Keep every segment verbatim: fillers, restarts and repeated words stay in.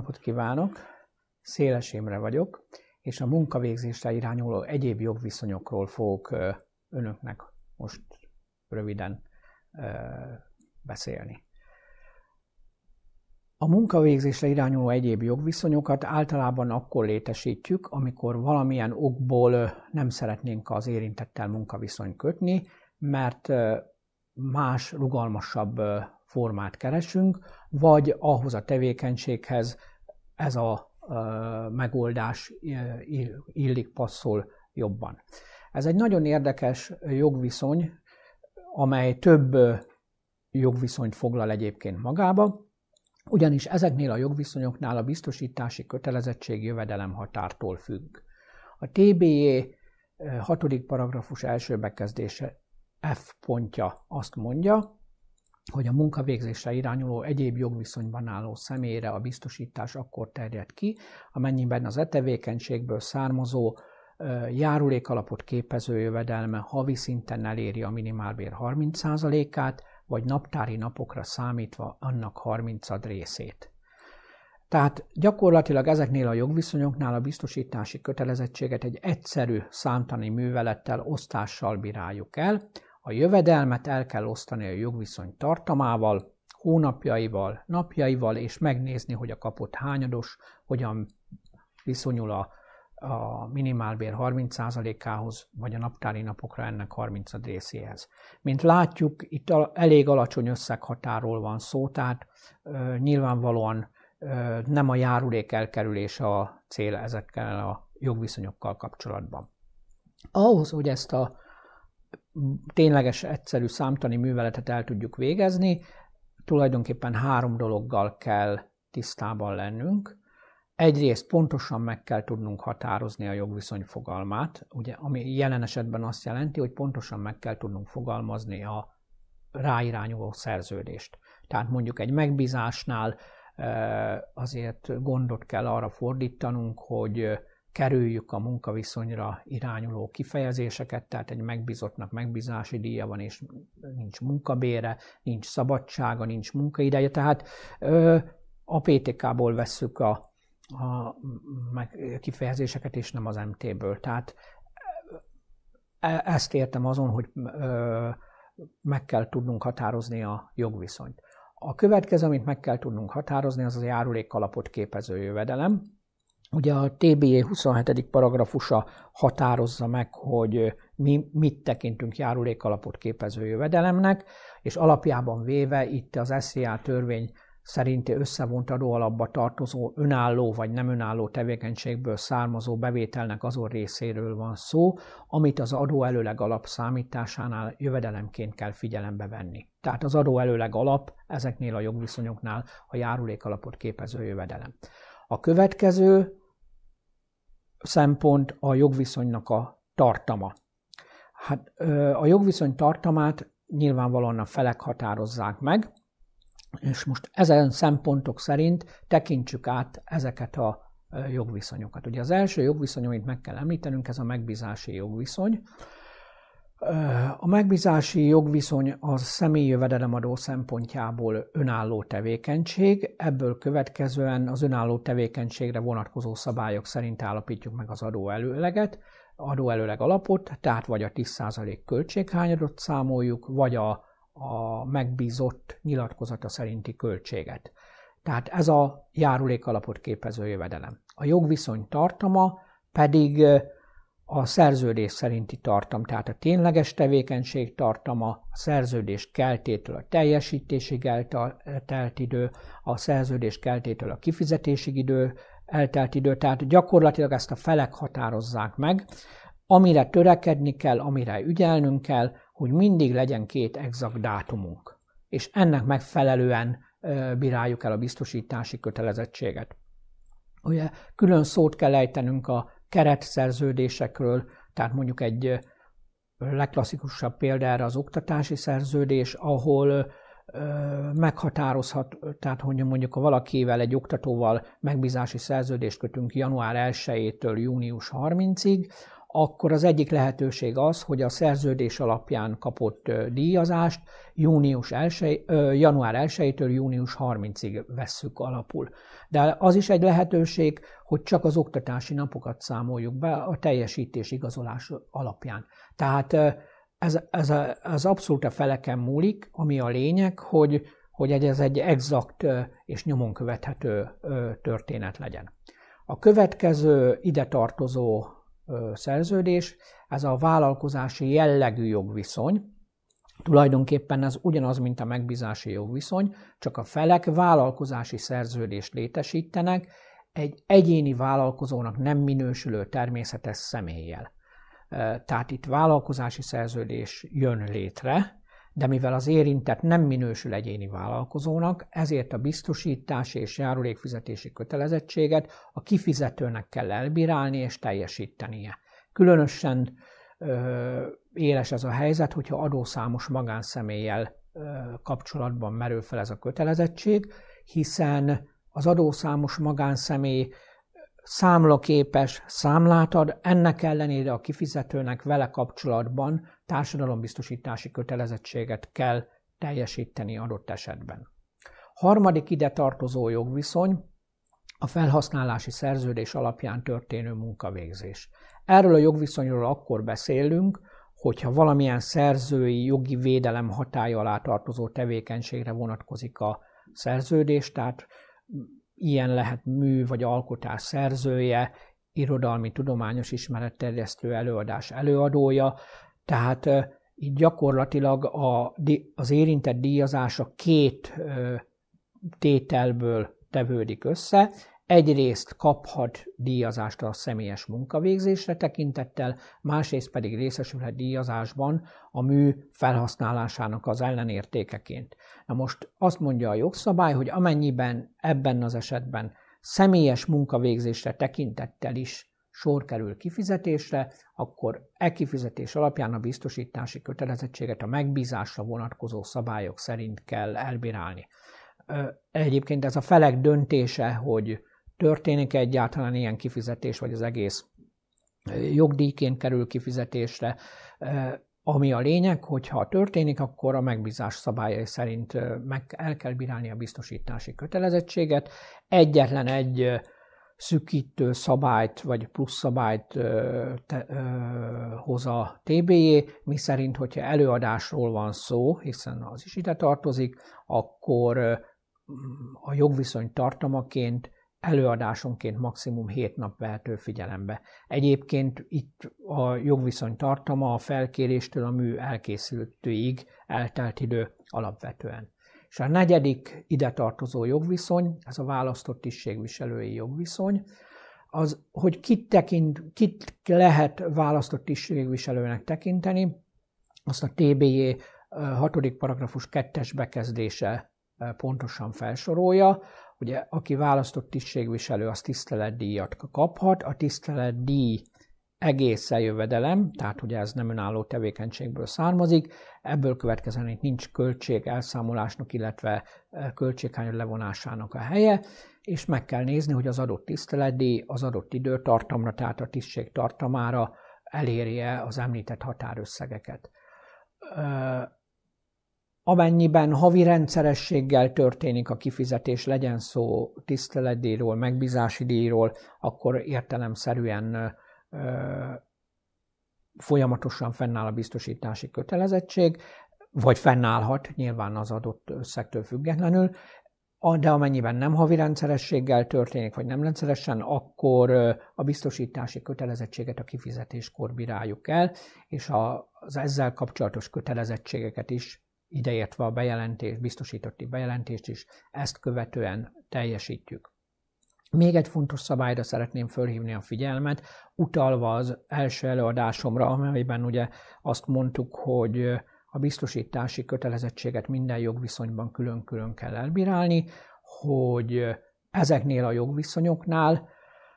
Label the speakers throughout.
Speaker 1: napot kívánok! Széles Imre vagyok, és a munkavégzésre irányuló egyéb jogviszonyokról fogok önöknek most röviden beszélni. A munkavégzésre irányuló egyéb jogviszonyokat általában akkor létesítjük, amikor valamilyen okból nem szeretnénk az érintettel munkaviszonyt kötni, mert más, rugalmasabb formát keresünk, vagy ahhoz a tevékenységhez ez a megoldás illik, passzol jobban. Ez egy nagyon érdekes jogviszony, amely több jogviszonyt foglal egyébként magába, ugyanis ezeknél a jogviszonyoknál a biztosítási kötelezettség jövedelemhatártól függ. A té bé é hatodik paragrafus első bekezdése F pontja azt mondja, hogy a munkavégzésre irányuló egyéb jogviszonyban álló személyre a biztosítás akkor terjed ki, amennyiben az e tevékenységből származó járulékalapot képező jövedelme havi szinten eléri a minimálbér harminc százalékát, vagy naptári napokra számítva annak harmincad részét. Tehát gyakorlatilag ezeknél a jogviszonyoknál a biztosítási kötelezettséget egy egyszerű számtani művelettel, osztással bíráljuk el. A jövedelmet el kell osztani a jogviszony tartamával, hónapjaival, napjaival, és megnézni, hogy a kapott hányados, hogyan viszonyul a, a minimálbér harminc százalékához, vagy a naptári napokra ennek harmincad részéhez. Mint látjuk, itt elég alacsony összeghatáról van szó, tehát ö, nyilvánvalóan ö, nem a járulék elkerülés a cél ezekkel a jogviszonyokkal kapcsolatban. Ahhoz, hogy ezt a tényleges, egyszerű számtani műveletet el tudjuk végezni, tulajdonképpen három dologgal kell tisztában lennünk. Egyrészt pontosan meg kell tudnunk határozni a jogviszony fogalmát, ugye, ami jelen esetben azt jelenti, hogy pontosan meg kell tudnunk fogalmazni a ráirányuló szerződést. Tehát mondjuk egy megbízásnál azért gondot kell arra fordítanunk, hogy kerüljük a munkaviszonyra irányuló kifejezéseket, tehát egy megbízottnak megbízási díja van, és nincs munkabére, nincs szabadsága, nincs munkaideje, tehát a pé té ká-ból vesszük a, a kifejezéseket, és nem az em té-ből. Tehát ezt értem azon, hogy meg kell tudnunk határozni a jogviszonyt. A következő, amit meg kell tudnunk határozni, az a járulékalapot képező jövedelem. Ugye a té bé é huszonhetedik paragrafusa határozza meg, hogy mi mit tekintünk járulékalapot képező jövedelemnek, és alapjában véve itt az es zé á törvény szerinti összevont adóalapba tartozó önálló vagy nem önálló tevékenységből származó bevételnek azon részéről van szó, amit az adóelőleg alap számításánál jövedelemként kell figyelembe venni. Tehát az adóelőleg alap ezeknél a jogviszonyoknál a járulékalapot képező jövedelem. A következő szempont a jogviszonynak a tartama. Hát a jogviszony tartamát nyilvánvalóan a felek határozzák meg, és most ezen szempontok szerint tekintsük át ezeket a jogviszonyokat. Ugye az első jogviszony, amit meg kell említenünk, ez a megbízási jogviszony. A megbízási jogviszony az személyi jövedelemadó szempontjából önálló tevékenység, ebből következően az önálló tevékenységre vonatkozó szabályok szerint állapítjuk meg az adóelőleget, adóelőleg alapot, tehát vagy a tíz százalék költséghányadot számoljuk, vagy a, a megbízott nyilatkozata szerinti költséget. Tehát ez a járulékalapot képező jövedelem. A jogviszony tartama pedig a szerződés szerinti tartam, tehát a tényleges tevékenység tartama, a szerződés keltétől a teljesítésig eltelt idő, a szerződés keltétől a kifizetésig idő, eltelt idő, tehát gyakorlatilag ezt a felek határozzák meg, amire törekedni kell, amire ügyelnünk kell, hogy mindig legyen két exakt dátumunk, és ennek megfelelően bíráljuk el a biztosítási kötelezettséget. Ugye külön szót kell ejtenünk a keretszerződésekről, tehát mondjuk egy legklasszikusabb példa erre az oktatási szerződés, ahol meghatározhat, tehát hogy mondjuk ha valakivel, egy oktatóval megbízási szerződést kötünk január elsejétől június harmincadikáig, akkor az egyik lehetőség az, hogy a szerződés alapján kapott díjazást június első, január elsejétől június harmincadikáig vesszük alapul. De az is egy lehetőség, hogy csak az oktatási napokat számoljuk be a teljesítés igazolás alapján. Tehát ez, ez, a, ez abszolút a feleken múlik, ami a lényeg, hogy, hogy ez egy exakt és nyomon követhető történet legyen. A következő ide tartozó szerződés, ez a vállalkozási jellegű jogviszony. Tulajdonképpen ez ugyanaz, mint a megbízási jogviszony, csak a felek vállalkozási szerződést létesítenek egy egyéni vállalkozónak nem minősülő természetes személlyel. Tehát itt vállalkozási szerződés jön létre, de mivel az érintett nem minősül egyéni vállalkozónak, ezért a biztosítási és járulékfizetési kötelezettséget a kifizetőnek kell elbírálni és teljesítenie. Különösen ö, éles ez a helyzet, hogyha adószámos magánszemélyel ö, kapcsolatban merül fel ez a kötelezettség, hiszen az adószámos magánszemély számlaképes számlát ad, ennek ellenére a kifizetőnek vele kapcsolatban társadalombiztosítási kötelezettséget kell teljesíteni adott esetben. Harmadik ide tartozó jogviszony a felhasználási szerződés alapján történő munkavégzés. Erről a jogviszonyról akkor beszélünk, hogyha valamilyen szerzői jogi védelem hatálya alá tartozó tevékenységre vonatkozik a szerződés, tehát ilyen lehet mű vagy alkotás szerzője, irodalmi tudományos ismeretterjesztő előadás előadója, tehát így gyakorlatilag a, az érintett díjazása két tételből tevődik össze. Egyrészt kaphat díjazást a személyes munkavégzésre tekintettel, másrészt pedig részesülhet díjazásban a mű felhasználásának az ellenértékeként. Na most azt mondja a jogszabály, hogy amennyiben ebben az esetben személyes munkavégzésre tekintettel is sor kerül kifizetésre, akkor e kifizetés alapján a biztosítási kötelezettséget a megbízásra vonatkozó szabályok szerint kell elbírálni. Egyébként ez a felek döntése, hogy történik -e egyáltalán ilyen kifizetés, vagy az egész jogdíjként kerül kifizetésre. Ami a lényeg, hogyha történik, akkor a megbízás szabályai szerint meg el kell bírálni a biztosítási kötelezettséget. Egyetlen egy szűkítő szabályt, vagy plusz szabályt te, ö, hoz a té bé jé, miszerint, hogyha előadásról van szó, hiszen az is ide tartozik, akkor a jogviszony tartamaként előadásonként maximum hét nap vehető figyelembe. Egyébként itt a jogviszony tartama a felkéréstől a mű elkészültőig eltelt idő alapvetően. És a negyedik ide tartozó jogviszony, ez a választott tisztségviselői jogviszony, az, hogy kit, tekint, kit lehet választott tisztségviselőnek tekinteni, azt a té bé jé hatodik paragrafus kettes bekezdése pontosan felsorolja. Ugye, aki választott tisztségviselő, az tiszteletdíjat kaphat. A tiszteletdíj egészen jövedelem, tehát ugye ez nem önálló tevékenységből származik, ebből következően itt nincs költség elszámolásnak, illetve költséghányad levonásának a helye, és meg kell nézni, hogy az adott tiszteletdíj az adott időtartamra, tehát a tisztség tartamára elérje az említett határösszegeket. Amennyiben havi rendszerességgel történik a kifizetés, legyen szó tiszteletdíjról, megbízási díjról, akkor értelemszerűen folyamatosan fennáll a biztosítási kötelezettség, vagy fennállhat nyilván az adott összegtől függetlenül, de amennyiben nem havi rendszerességgel történik, vagy nem rendszeresen, akkor a biztosítási kötelezettséget a kifizetéskor bíráljuk el, és az ezzel kapcsolatos kötelezettségeket is, ideértve a bejelentés, biztosítotti bejelentést is, ezt követően teljesítjük. Még egy fontos szabályra szeretném fölhívni a figyelmet, utalva az első előadásomra, amelyben ugye azt mondtuk, hogy a biztosítási kötelezettséget minden jogviszonyban külön-külön kell elbírálni, hogy ezeknél a jogviszonyoknál,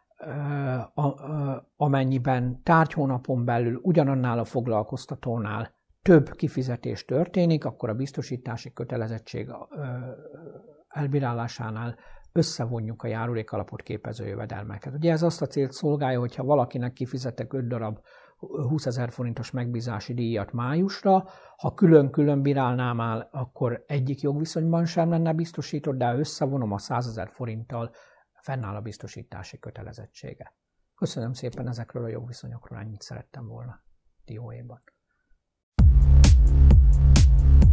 Speaker 1: amennyiben tárgyhónapon belül ugyanannál a foglalkoztatónál több kifizetés történik, akkor a biztosítási kötelezettség elbírálásánál összevonjuk a járulékalapot képező jövedelmeket. Ugye ez azt a célt szolgálja, hogyha valakinek kifizetek öt darab húszezer forintos megbízási díjat májusra. Ha külön-külön bírálnám el, akkor egyik jogviszonyban sem lenne biztosított, de ha összevonom a százezer forinttal, fennáll a biztosítási kötelezettsége. Köszönöm szépen, ezekről a jogviszonyokról ennyit szerettem volna dióhéjban.